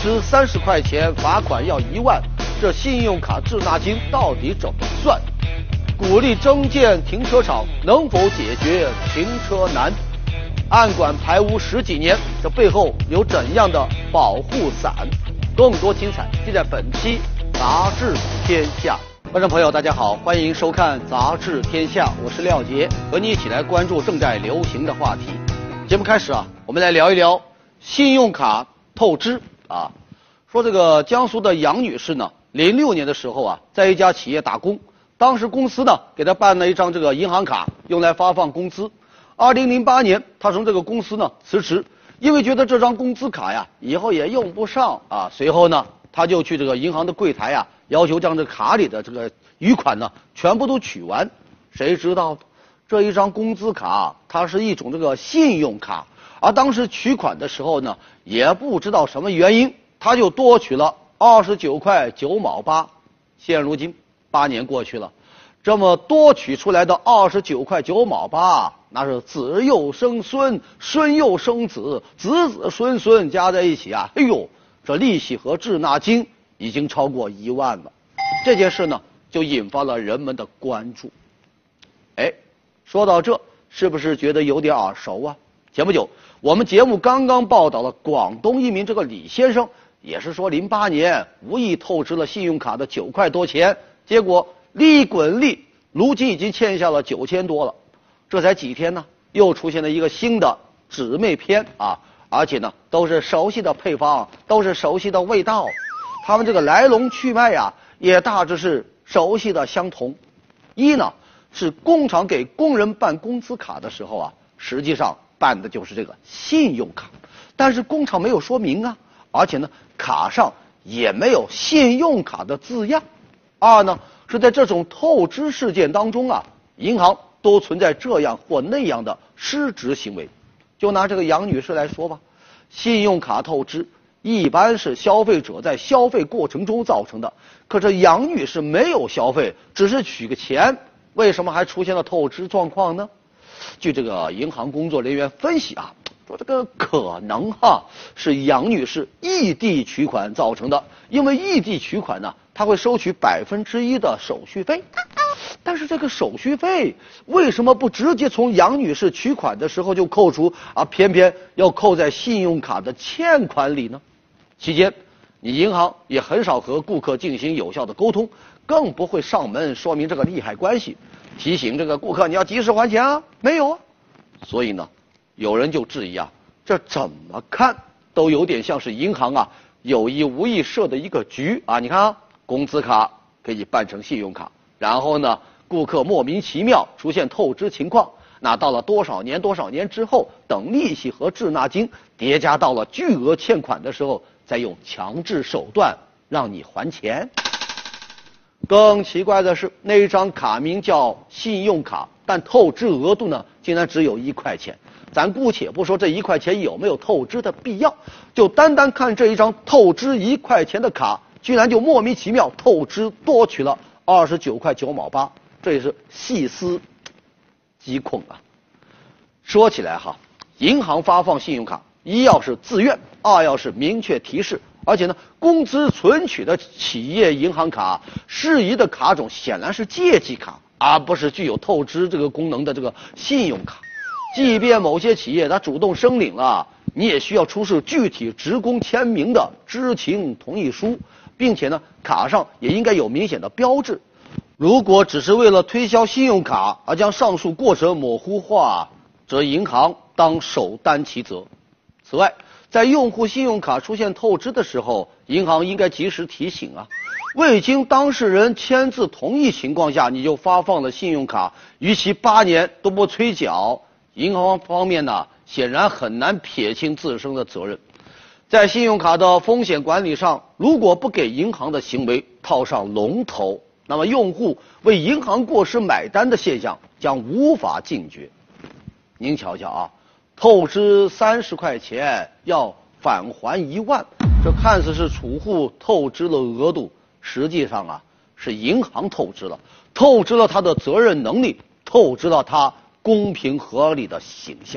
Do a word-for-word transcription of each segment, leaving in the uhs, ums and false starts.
支三十块钱，罚款要一万，这信用卡滞纳金到底怎么算？鼓励增建停车场，能否解决停车难？暗管排污十几年，这背后有怎样的保护伞？更多精彩尽在本期《杂志天下》。观众朋友，大家好，欢迎收看《杂志天下》，我是廖杰，和你一起来关注正在流行的话题。节目开始啊，我们来聊一聊信用卡透支啊。说这个江苏的杨女士呢，零六年的时候啊，在一家企业打工，当时公司呢给她办了一张这个银行卡，用来发放工资。二零零八年，她从这个公司呢辞职，因为觉得这张工资卡呀以后也用不上啊。随后呢，她就去这个银行的柜台呀，要求将这卡里的这个余款呢全部都取完。谁知道这一张工资卡它是一种这个信用卡，而当时取款的时候呢，也不知道什么原因，他就多取了二十九块九毛八。现如今八年过去了，这么多取出来的二十九块九毛八，那是子又生孙，孙又生子，子子孙孙加在一起啊，哎呦，这利息和滞纳金已经超过一万了。这件事呢，就引发了人们的关注。哎，说到这，是不是觉得有点耳熟啊？前不久，我们节目刚刚报道了广东一名这个李先生，也是说零八年无意透支了信用卡的九块多钱，结果利滚利，如今已经欠下了九千多了。这才几天呢，又出现了一个新的姊妹篇啊，而且呢都是熟悉的配方，都是熟悉的味道，他们这个来龙去脉呀、啊，也大致是熟悉的相同。一呢是工厂给工人办工资卡的时候啊，实际上办的就是这个信用卡，但是工厂没有说明啊，而且呢卡上也没有信用卡的字样。二呢是在这种透支事件当中啊，银行都存在这样或那样的失职行为。就拿这个杨女士来说吧，信用卡透支一般是消费者在消费过程中造成的，可是杨女士没有消费，只是取个钱，为什么还出现了透支状况呢？据这个银行工作人员分析啊，说这个可能哈是杨女士异地取款造成的，因为异地取款呢，他会收取百分之一的手续费。但是这个手续费为什么不直接从杨女士取款的时候就扣除啊，偏偏要扣在信用卡的欠款里呢？期间，你银行也很少和顾客进行有效的沟通，更不会上门说明这个利害关系，提醒这个顾客你要及时还钱啊，没有啊。所以呢，有人就质疑啊，这怎么看都有点像是银行啊有意无意设的一个局啊。你看啊，工资卡给你办成信用卡，然后呢，顾客莫名其妙出现透支情况，那到了多少年多少年之后，等利息和滞纳金叠加到了巨额欠款的时候，再用强制手段让你还钱。更奇怪的是，那一张卡名叫信用卡，但透支额度呢，竟然只有一块钱。咱姑且不说这一块钱有没有透支的必要，就单单看这一张透支一块钱的卡，居然就莫名其妙透支多取了二十九块九毛八，这也是细思极恐啊。说起来哈，银行发放信用卡，一要是自愿，二要是明确提示，而且呢，工资存取的企业银行卡适宜的卡种显然是借记卡，而不是具有透支这个功能的这个信用卡。即便某些企业它主动申领了，你也需要出示具体职工签名的知情同意书，并且呢，卡上也应该有明显的标志。如果只是为了推销信用卡而将上述过程模糊化，则银行当首担其责。此外，在用户信用卡出现透支的时候，银行应该及时提醒啊。未经当事人签字同意情况下，你就发放了信用卡，逾期八年都不催缴，银行方面呢，显然很难撇清自身的责任。在信用卡的风险管理上，如果不给银行的行为套上龙头，那么用户为银行过失买单的现象将无法禁绝。您瞧瞧啊，透支三十块钱要返还一万，这看似是储户透支了额度，实际上啊是银行透支了，透支了他的责任能力，透支了他公平合理的形象。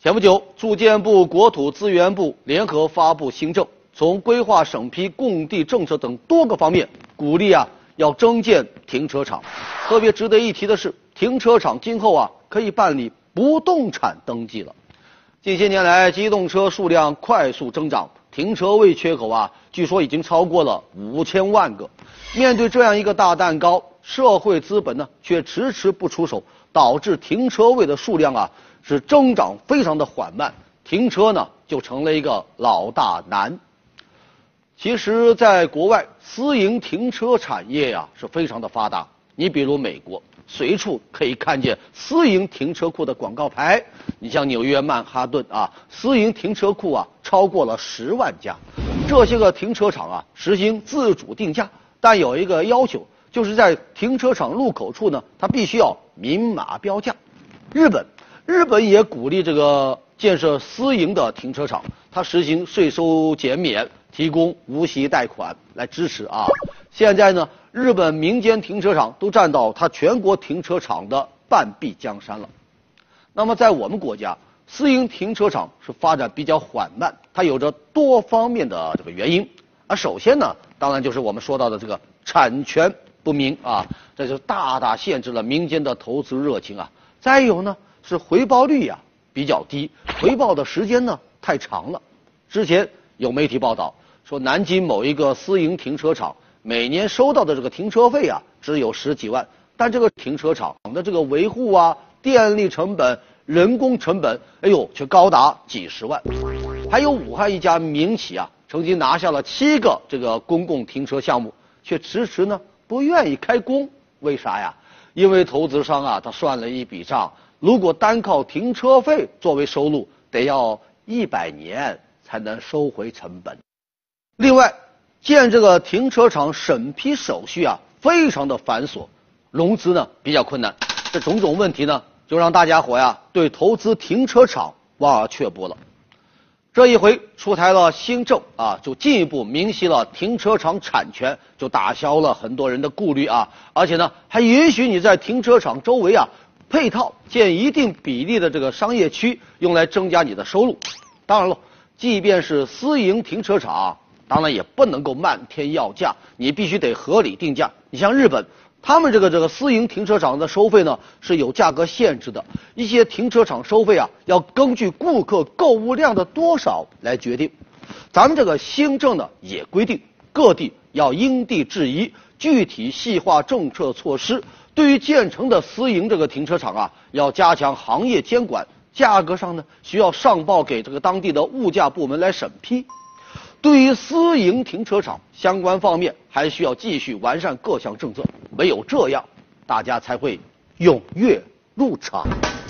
前不久，住建部、国土资源部联合发布新政，从规划审批、供地政策等多个方面鼓励啊要增建停车场。特别值得一提的是，停车场今后啊可以办理不动产登记了。近些年来，机动车数量快速增长，停车位缺口啊据说已经超过了五千万个。面对这样一个大蛋糕，社会资本呢却迟迟不出手，导致停车位的数量啊是增长非常的缓慢，停车呢就成了一个老大难。其实在国外，私营停车产业呀、啊、是非常的发达。你比如美国，随处可以看见私营停车库的广告牌。你像纽约曼哈顿啊，私营停车库啊超过了十万家。这些个停车场啊实行自主定价，但有一个要求，就是在停车场入口处呢，它必须要明码标价。日本，日本也鼓励这个建设私营的停车场，它实行税收减免，提供无息贷款来支持啊。现在呢，日本民间停车场都占到它全国停车场的半壁江山了。那么在我们国家，私营停车场是发展比较缓慢，它有着多方面的这个原因。而首先呢，当然就是我们说到的这个产权不明啊，这就大大限制了民间的投资热情啊。再有呢，是回报率呀、啊、比较低，回报的时间呢太长了。之前有媒体报道说，南京某一个私营停车场每年收到的这个停车费啊只有十几万，但这个停车场的这个维护啊、电力成本、人工成本，哎呦，却高达几十万。还有武汉一家民企啊，曾经拿下了七个这个公共停车项目，却迟迟呢不愿意开工。为啥呀？因为投资商啊，他算了一笔账，如果单靠停车费作为收入，得要一百年才能收回成本。另外，建这个停车场审批手续啊，非常的繁琐，融资呢比较困难。这种种问题呢，就让大家伙呀对投资停车场望而却步了。这一回出台了新政啊，就进一步明晰了停车场产权，就打消了很多人的顾虑啊。而且呢，还允许你在停车场周围啊配套建一定比例的这个商业区，用来增加你的收入。当然了，即便是私营停车场，当然也不能够漫天要价，你必须得合理定价。你像日本，他们这个这个私营停车场的收费呢是有价格限制的，一些停车场收费啊要根据顾客购物量的多少来决定。咱们这个新政呢也规定，各地要因地制宜，具体细化政策措施。对于建成的私营这个停车场啊，要加强行业监管，价格上呢需要上报给这个当地的物价部门来审批。对于私营停车场相关方面，还需要继续完善各项政策，唯有这样，大家才会踊跃入场。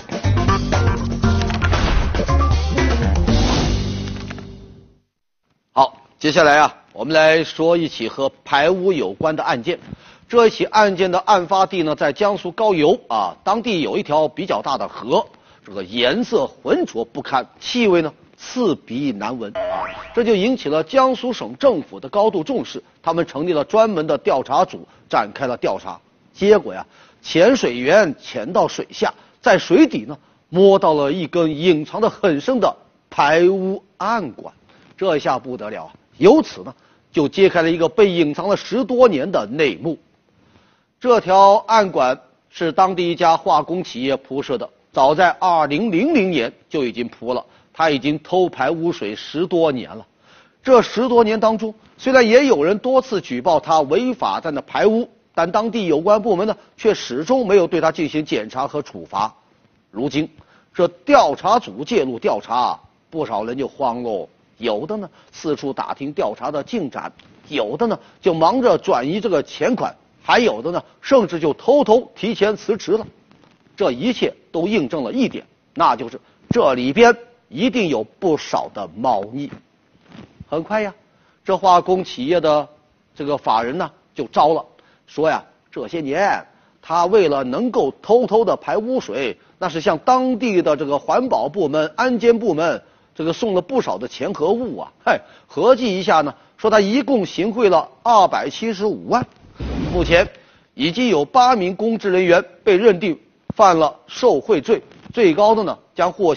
好，接下来啊，我们来说一起和排污有关的案件。这一起案件的案发地呢，在江苏高邮啊，当地有一条比较大的河，这个颜色浑浊不堪，气味呢刺鼻难闻啊，这就引起了江苏省政府的高度重视，他们成立了专门的调查组，展开了调查。结果呀，潜水员潜到水下，在水底呢摸到了一根隐藏得很深的排污暗管，这下不得了啊！由此呢，就揭开了一个被隐藏了十多年的内幕。这条暗管是当地一家化工企业铺设的，早在二零零零年就已经铺了。他已经偷排污水十多年了，这十多年当中，虽然也有人多次举报他违法在那排污，但当地有关部门呢，却始终没有对他进行检查和处罚。如今，这调查组介入调查，不少人就慌喽，有的呢四处打听调查的进展，有的呢就忙着转移这个钱款，还有的呢甚至就偷偷提前辞职了。这一切都印证了一点，那就是这里边一定有不少的猫腻。很快呀，这化工企业的这个法人呢就招了，说呀，这些年他为了能够偷偷的排污水，那是向当地的这个环保部门、安监部门这个送了不少的钱和物啊。嗨，合计一下呢，说他一共行贿了二百七十五万。目前已经有八名公职人员被认定犯了受贿罪，最高的呢将获刑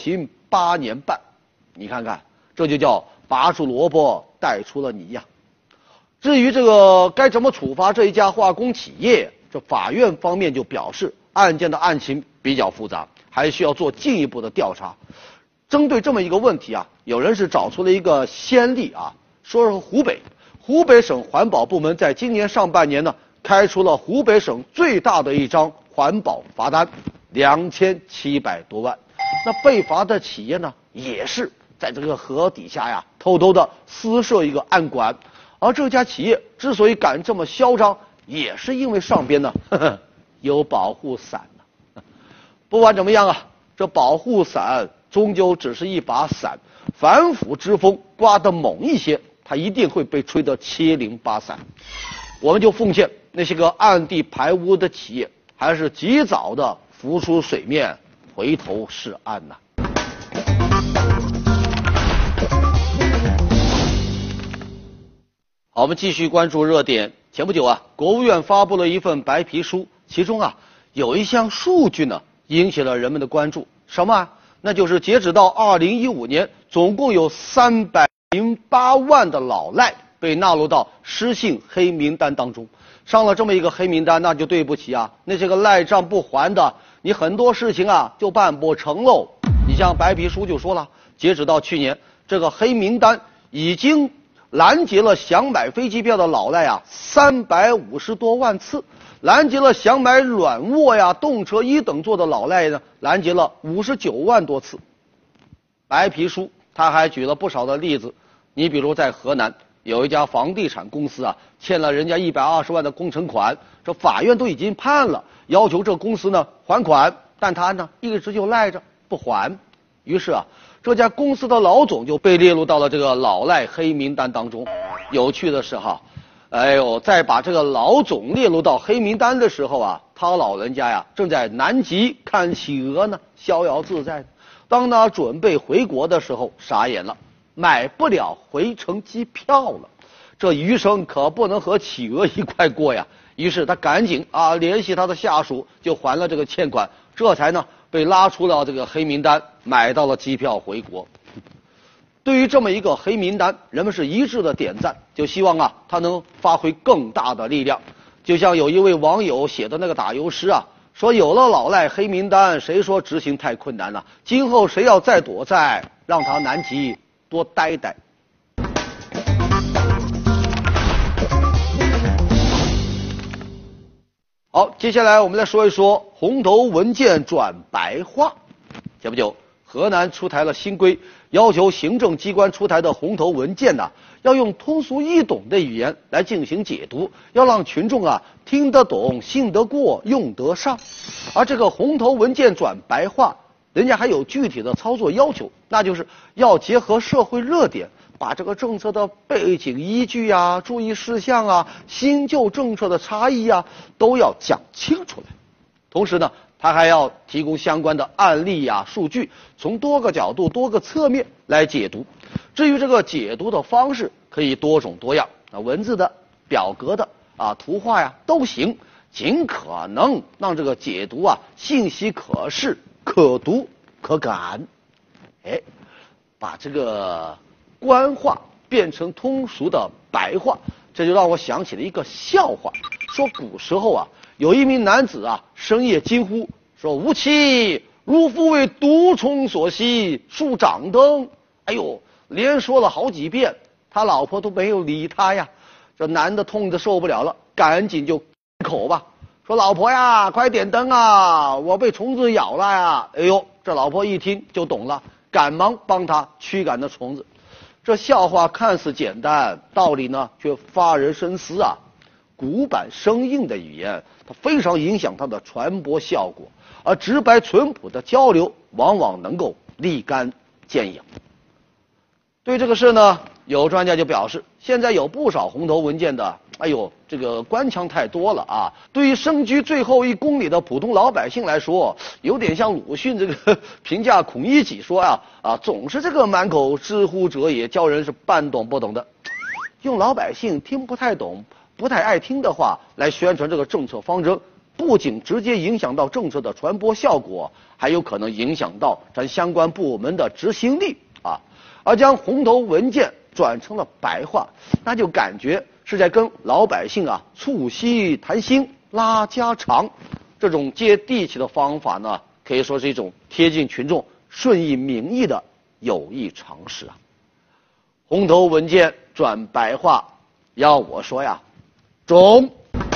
八年半。你看看，这就叫拔出萝卜带出了泥呀。至于这个该怎么处罚这一家化工企业，这法院方面就表示，案件的案情比较复杂，还需要做进一步的调查。针对这么一个问题啊，有人是找出了一个先例啊，说是湖北，湖北省环保部门在今年上半年呢，开出了湖北省最大的一张环保罚单，两千七百多万。那被罚的企业呢，也是在这个河底下呀，偷偷的私设一个暗管。而这家企业之所以敢这么嚣张，也是因为上边呢，呵呵有保护伞呢。不管怎么样啊，这保护伞终究只是一把伞，反腐之风刮得猛一些，它一定会被吹得七零八散。我们就奉劝那些个暗地排污的企业，还是及早的浮出水面，回头是岸呐。好，我们继续关注热点。前不久啊，国务院发布了一份白皮书，其中啊有一项数据呢引起了人们的关注，什么啊？那就是截止到二零一五年，总共有三百零八万的老赖被纳入到失信黑名单当中。上了这么一个黑名单，那就对不起啊，那些个赖账不还的，你很多事情啊就办不成喽。你像白皮书就说了，截止到去年，这个黑名单已经拦截了想买飞机票的老赖啊三百五十多万次，拦截了想买软卧呀动车一等座的老赖呢，拦截了五十九万多次。白皮书他还举了不少的例子，你比如在河南有一家房地产公司啊，欠了人家一百二十万的工程款，这法院都已经判了，要求这公司呢还款，但他呢一直就赖着不还。于是啊，这家公司的老总就被列入到了这个老赖黑名单当中。有趣的是哈，哎呦，在把这个老总列入到黑名单的时候啊，他老人家呀正在南极看企鹅呢，逍遥自在。当他准备回国的时候，傻眼了，买不了回程机票了。这余生可不能和企鹅一块过呀。于是他赶紧啊联系他的下属，就还了这个欠款，这才呢被拉出了这个黑名单，买到了机票回国。对于这么一个黑名单，人们是一致的点赞，就希望啊它能发挥更大的力量。就像有一位网友写的那个打油诗啊，说有了老赖黑名单，谁说执行太困难了？今后谁要再躲债，让他南极多待待。好，接下来我们来说一说红头文件转白话。前不久，河南出台了新规，要求行政机关出台的红头文件呢、啊，要用通俗易懂的语言来进行解读，要让群众啊听得懂、信得过、用得上。而这个红头文件转白话，人家还有具体的操作要求，那就是要结合社会热点，把这个政策的背景依据啊、注意事项啊、新旧政策的差异啊，都要讲清楚来。同时呢，他还要提供相关的案例呀、数据，从多个角度、多个侧面来解读。至于这个解读的方式，可以多种多样，啊，文字的、表格的、啊图画呀都行，尽可能让这个解读啊信息可视、可读、可感。哎，把这个官话变成通俗的白话，这就让我想起了一个笑话。说古时候啊，有一名男子啊，深夜惊呼说：“吾妻，汝夫为毒虫所吸，树掌灯。”哎呦，连说了好几遍，他老婆都没有理他呀。这男的痛得受不了了，赶紧就口吧，说：“老婆呀，快点灯啊，我被虫子咬了呀！”哎呦，这老婆一听就懂了，赶忙帮他驱赶的虫子。这笑话看似简单，道理呢却发人深思啊。古板生硬的语言，它非常影响它的传播效果，而直白淳朴的交流，往往能够立竿见影。对这个事呢，有专家就表示，现在有不少红头文件的，哎呦，这个官腔太多了啊！对于身居最后一公里的普通老百姓来说，有点像鲁迅这个评价孔乙己说啊啊，总是这个满口知乎者也，叫人是半懂不懂的，用老百姓听不太懂、不太爱听的话来宣传这个政策方针， 不仅直接影响到政策的传播效果，还有可能影响到咱相关部门的执行力啊。而将红头文件转成了白话，那就感觉是在跟老百姓啊促膝谈心、拉家常。这种接地气的方法呢，可以说是一种贴近群众、顺应民意的有益常识啊。红头文件转白话，要我说呀，中。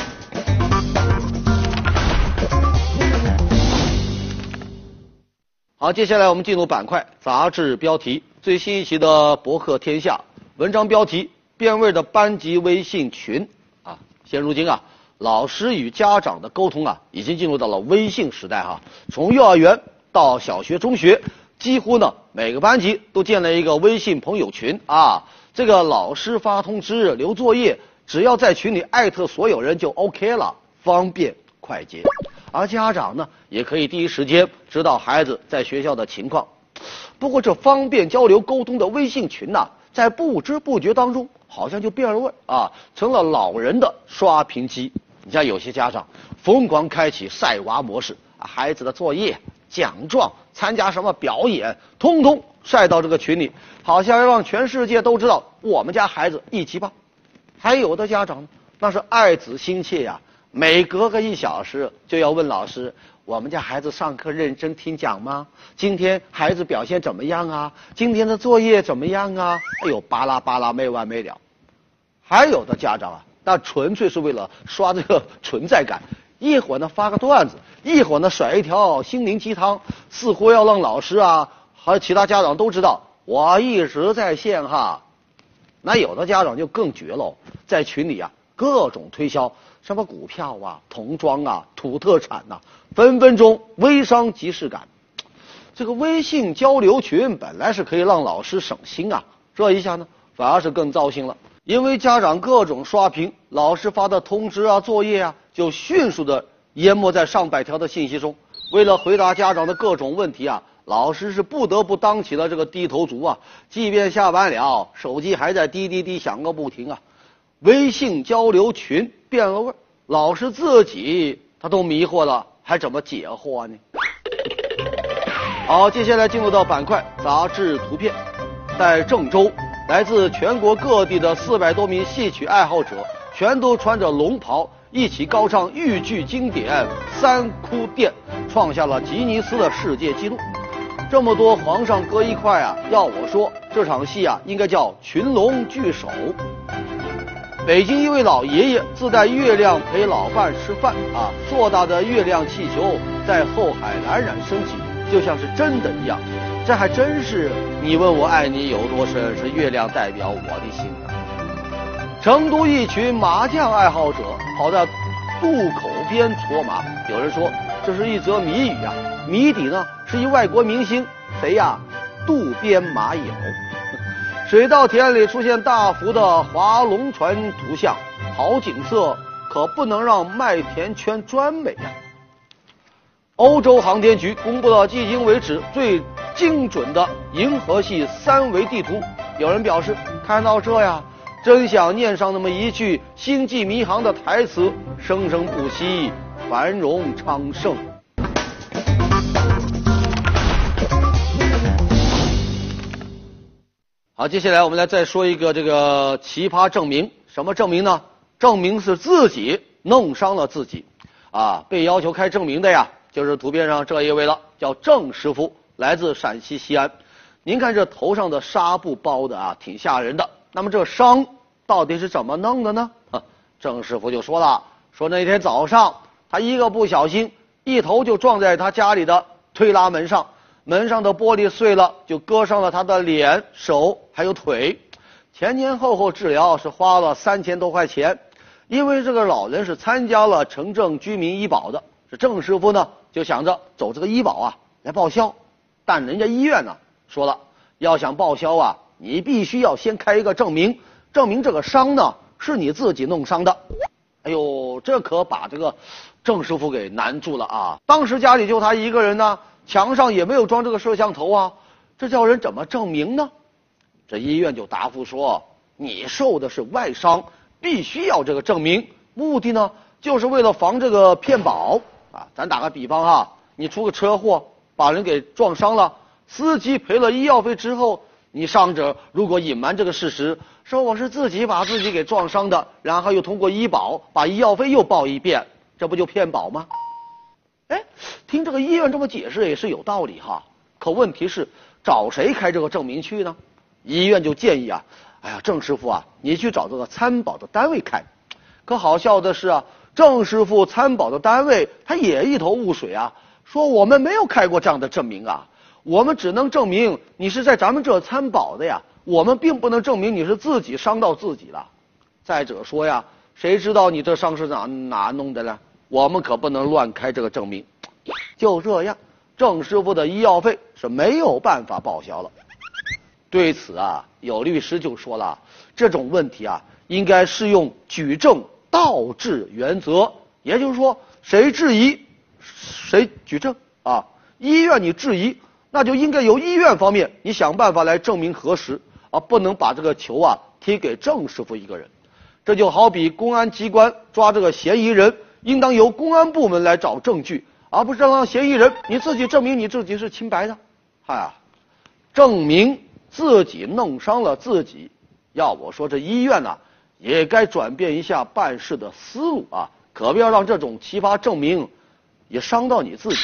好，接下来我们进入板块杂志标题。最新一期的博客天下文章标题：变味的班级微信群啊。现如今啊，老师与家长的沟通啊，已经进入到了微信时代哈、啊。从幼儿园到小学、中学，几乎呢每个班级都建了一个微信朋友群啊。这个老师发通知、留作业，只要在群里艾特所有人就 OK 了，方便快捷。而家长呢，也可以第一时间知道孩子在学校的情况。不过，这方便交流沟通的微信群呐、啊，在不知不觉当中，好像就变了味儿啊，成了老人的刷屏机。你像有些家长疯狂开启晒娃模式，啊、孩子的作业、奖状、参加什么表演，通通晒到这个群里，好像要让全世界都知道我们家孩子一级棒。还有的家长那是爱子心切呀。每隔个一小时就要问老师，我们家孩子上课认真听讲吗？今天孩子表现怎么样啊？今天的作业怎么样啊？哎呦，巴拉巴拉没完没了。还有的家长啊，那纯粹是为了刷这个存在感，一会儿呢发个段子，一会儿呢甩一条心灵鸡汤，似乎要让老师啊和其他家长都知道我一直在线哈。那有的家长就更绝了，在群里啊各种推销。什么股票啊、童装啊、土特产呐、啊，分分钟微商即视感。这个微信交流群本来是可以让老师省心啊，这一下呢反而是更糟心了。因为家长各种刷屏，老师发的通知啊、作业啊，就迅速的淹没在上百条的信息中。为了回答家长的各种问题啊，老师是不得不当起了这个低头族啊。即便下班了，手机还在滴滴滴响个不停啊。微信交流群变了味儿，老师自己他都迷惑了，还怎么解惑呢？好，接下来进入到板块杂志图片。在郑州，来自全国各地的四百多名戏曲爱好者，全都穿着龙袍，一起高唱豫剧经典《三哭殿》，创下了吉尼斯的世界纪录。这么多皇上搁一块啊，要我说，这场戏啊，应该叫群龙聚首。北京一位老爷爷自带月亮陪老伴吃饭啊，硕大的月亮气球在后海冉冉升起，就像是真的一样。这还真是你问我爱你有多深，是月亮代表我的心啊。成都一群麻将爱好者跑到渡口边搓麻，有人说这是一则谜语啊，谜底呢是一外国明星，谁呀？渡边麻友。水稻田里出现大幅的划龙船图像，好景色可不能让麦田圈专美啊。欧洲航天局公布了迄今为止最精准的银河系三维地图，有人表示看到这呀，真想念上那么一句《星际迷航》的台词：生生不息，繁荣昌盛。好，接下来我们来再说一个这个奇葩证明。什么证明呢？证明是自己弄伤了自己啊！被要求开证明的呀，就是图片上这一位了，叫郑师傅，来自陕西西安。您看这头上的纱布包的啊，挺吓人的。那么这伤到底是怎么弄的呢？啊，郑师傅就说了，说那天早上他一个不小心，一头就撞在他家里的推拉门上。门上的玻璃碎了，就割伤了他的脸、手还有腿。前前后后治疗是花了三千多块钱。因为这个老人是参加了城镇居民医保的，这郑师傅呢就想着走这个医保啊来报销，但人家医院呢说了，要想报销啊，你必须要先开一个证明，证明这个伤呢是你自己弄伤的。哎呦，这可把这个郑师傅给难住了啊！当时家里就他一个人呢。墙上也没有装这个摄像头啊，这叫人怎么证明呢？这医院就答复说，你受的是外伤，必须要这个证明，目的呢就是为了防这个骗保啊。咱打个比方哈，你出个车祸把人给撞伤了，司机赔了医药费之后，你伤者如果隐瞒这个事实，说我是自己把自己给撞伤的，然后又通过医保把医药费又报一遍，这不就骗保吗？哎，听这个医院这么解释也是有道理哈。可问题是找谁开这个证明去呢？医院就建议啊，哎呀，郑师傅啊，你去找这个参保的单位开。可好笑的是啊，郑师傅参保的单位他也一头雾水啊，说我们没有开过这样的证明啊，我们只能证明你是在咱们这参保的呀，我们并不能证明你是自己伤到自己了。再者说呀，谁知道你这伤是哪哪弄的呢？我们可不能乱开这个证明。就这样，郑师傅的医药费是没有办法报销了。对此啊，有律师就说了，这种问题啊，应该适用举证倒置原则，也就是说，谁质疑谁举证啊。医院你质疑，那就应该由医院方面你想办法来证明核实啊，不能把这个球啊踢给郑师傅一个人。这就好比公安机关抓这个嫌疑人，应当由公安部门来找证据，而不是让嫌疑人你自己证明你自己是清白的。哎呀，证明自己弄伤了自己，要我说这医院啊也该转变一下办事的思路啊，可不要让这种奇葩证明也伤到你自己。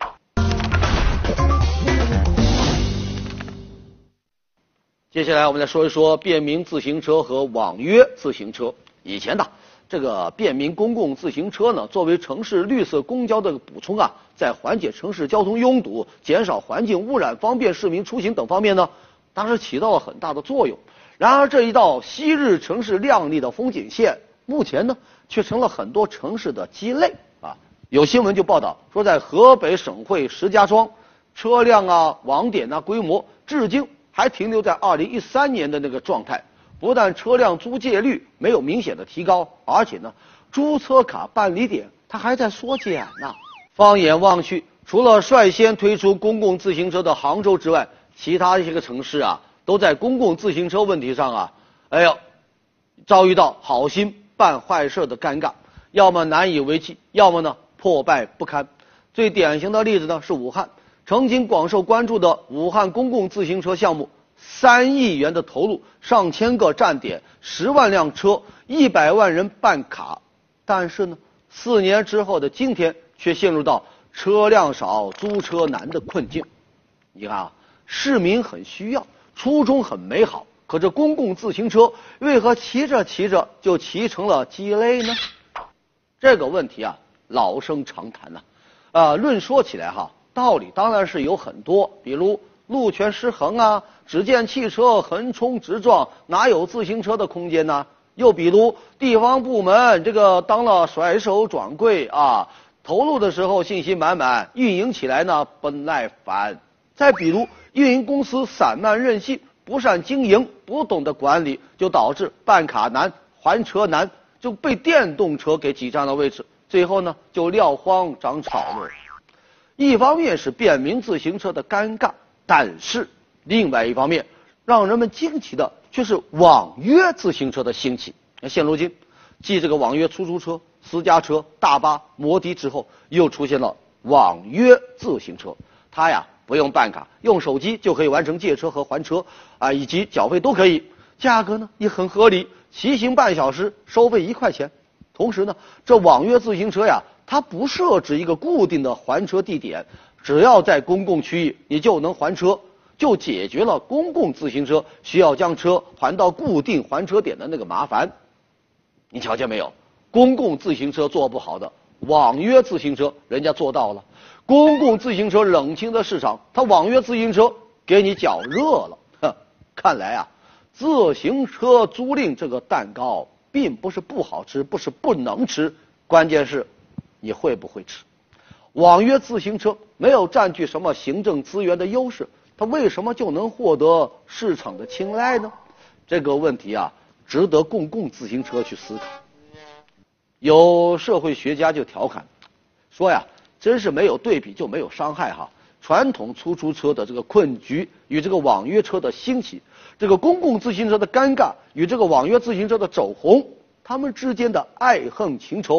接下来我们来说一说便民自行车和网约自行车。以前呢，这个便民公共自行车呢，作为城市绿色公交的补充啊，在缓解城市交通拥堵、减少环境污染、方便市民出行等方面呢，当时起到了很大的作用。然而这一道昔日城市亮丽的风景线，目前呢却成了很多城市的鸡肋啊。有新闻就报道说，在河北省会石家庄，车辆啊、网点啊规模至今还停留在二零一三年的那个状态。不但车辆租借率没有明显的提高，而且呢，租车卡办理点它还在缩减呢。放眼望去，除了率先推出公共自行车的杭州之外，其他一些个城市啊，都在公共自行车问题上啊，哎呦，遭遇到好心办坏事的尴尬，要么难以为继，要么呢破败不堪。最典型的例子呢是武汉，曾经广受关注的武汉公共自行车项目。三亿元的投入，上千个站点，十万辆车，一百万人办卡，但是呢，四年之后的今天，却陷入到车辆少、租车难的困境。你看啊，市民很需要，初衷很美好，可这公共自行车为何骑着骑着就骑成了鸡肋呢？这个问题啊，老生常谈呐、啊。啊，论说起来哈，道理当然是有很多，比如路权失衡啊。只见汽车横冲直撞，哪有自行车的空间呢？又比如地方部门这个当了甩手掌柜啊，投入的时候信心满满，运营起来呢不耐烦。再比如运营公司散漫任性，不善经营，不懂得管理，就导致办卡难、还车难，就被电动车给挤占了位置，最后呢就撂荒长草了。一方面是便民自行车的尴尬，但是另外一方面，让人们惊奇的却是网约自行车的兴起。现如今，继这个网约出租车、私家车、大巴、摩的之后，又出现了网约自行车。它呀不用办卡，用手机就可以完成借车和还车啊，以及缴费都可以，价格呢也很合理，骑行半小时收费一块钱。同时呢，这网约自行车呀，它不设置一个固定的还车地点，只要在公共区域，你就能还车。就解决了公共自行车需要将车还到固定还车点的那个麻烦。你瞧见没有？公共自行车做不好的，网约自行车人家做到了。公共自行车冷清的市场，它网约自行车给你搅热了。哼，看来啊，自行车租赁这个蛋糕并不是不好吃，不是不能吃，关键是你会不会吃。网约自行车没有占据什么行政资源的优势，它为什么就能获得市场的青睐呢？这个问题啊，值得公共自行车去思考。有社会学家就调侃说呀，真是没有对比就没有伤害哈。传统出租车的这个困局与这个网约车的兴起，这个公共自行车的尴尬与这个网约自行车的走红，他们之间的爱恨情仇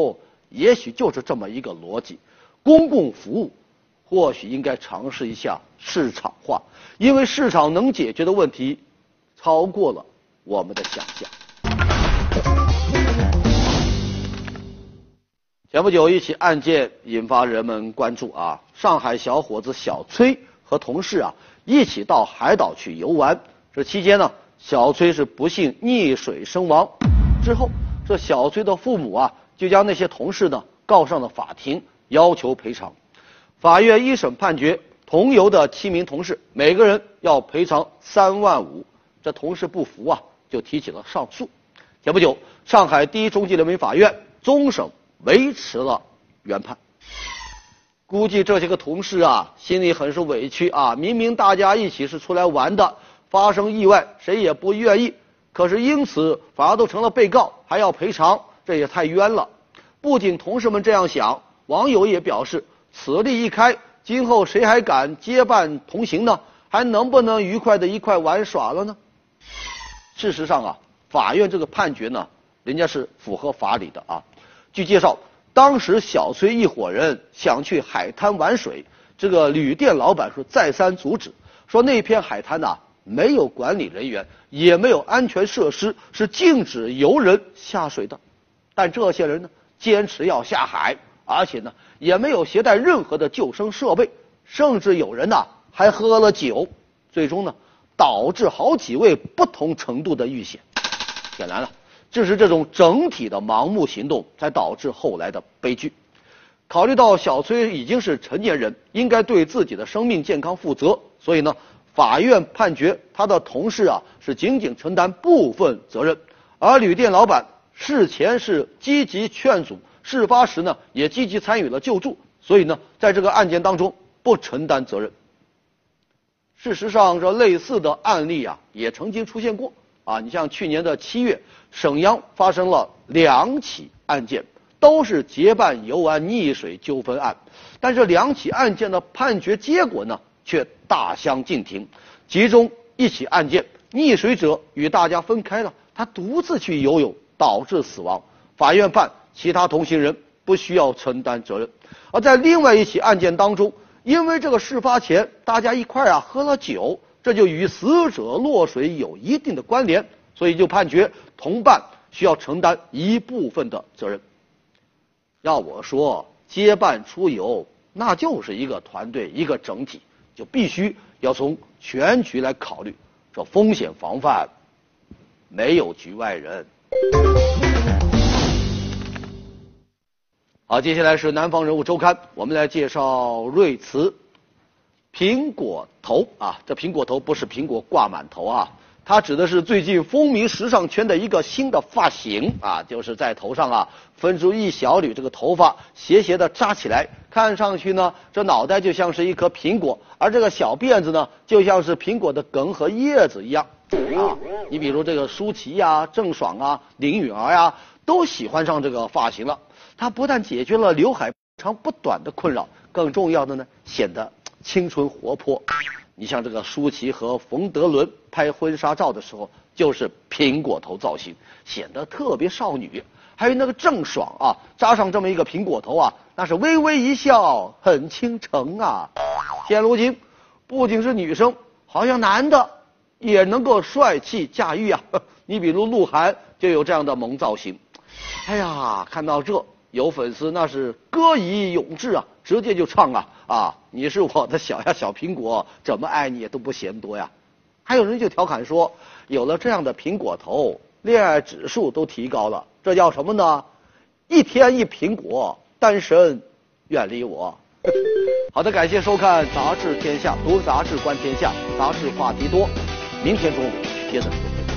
也许就是这么一个逻辑：公共服务或许应该尝试一下市场化，因为市场能解决的问题超过了我们的想象。前不久，一起案件引发人们关注啊！上海小伙子小崔和同事啊一起到海岛去游玩，这期间呢，小崔是不幸溺水身亡。之后，这小崔的父母啊就将那些同事呢告上了法庭，要求赔偿。法院一审判决，同游的七名同事每个人要赔偿三万五。这同事不服啊，就提起了上诉。前不久，上海第一中级人民法院终审维持了原判。估计这些个同事啊，心里很是委屈啊！明明大家一起是出来玩的，发生意外谁也不愿意，可是因此反而都成了被告，还要赔偿，这也太冤了。不仅同事们这样想，网友也表示，此例一开，今后谁还敢结伴同行呢？还能不能愉快的一块玩耍了呢？事实上啊，法院这个判决呢，人家是符合法理的啊。据介绍，当时小崔一伙人想去海滩玩水，这个旅店老板是再三阻止，说那片海滩呐、啊、没有管理人员，也没有安全设施，是禁止游人下水的。但这些人呢，坚持要下海，而且呢也没有携带任何的救生设备，甚至有人呐、啊、还喝了酒，最终呢导致好几位不同程度的遇险。显然了，正是这种整体的盲目行动，才导致后来的悲剧。考虑到小崔已经是成年人，应该对自己的生命健康负责，所以呢，法院判决他的同事啊是仅仅承担部分责任，而旅店老板事前是积极劝阻，事发时呢也积极参与了救助，所以呢，在这个案件当中不承担责任。事实上，这类似的案例啊也曾经出现过啊。你像去年的七月，沈阳发生了两起案件，都是结伴游玩溺水纠纷案，但是两起案件的判决结果呢却大相径庭。其中一起案件，溺水者与大家分开了，他独自去游泳导致死亡，法院判其他同行人不需要承担责任。而在另外一起案件当中，因为这个事发前大家一块啊喝了酒，这就与死者落水有一定的关联，所以就判决同伴需要承担一部分的责任。要我说，结伴出游那就是一个团队，一个整体，就必须要从全局来考虑，这风险防范没有局外人。好，接下来是南方人物周刊，我们来介绍瑞慈苹果头啊，这苹果头不是苹果挂满头啊，它指的是最近风靡时尚圈的一个新的发型啊，就是在头上啊分出一小缕这个头发，斜斜的扎起来，看上去呢，这脑袋就像是一颗苹果，而这个小辫子呢，就像是苹果的梗和叶子一样啊。你比如这个舒淇呀、郑爽啊、林允儿呀，都喜欢上这个发型了。它不但解决了刘海长不短的困扰，更重要的呢，显得青春活泼。你像这个舒淇和冯德伦拍婚纱照的时候，就是苹果头造型，显得特别少女。还有那个郑爽啊，扎上这么一个苹果头啊，那是微微一笑很倾城啊。现如今，不仅是女生，好像男的也能够帅气驾驭啊。你比如鹿晗就有这样的萌造型。哎呀，看到这，有粉丝那是歌以咏志啊，直接就唱啊啊！你是我的小呀小苹果，怎么爱你也都不嫌多呀。还有人就调侃说，有了这样的苹果头，恋爱指数都提高了，这叫什么呢？一天一苹果，单身远离我。好的，感谢收看《杂志天下》，读杂志观天下，杂志话题多。明天中午接着说。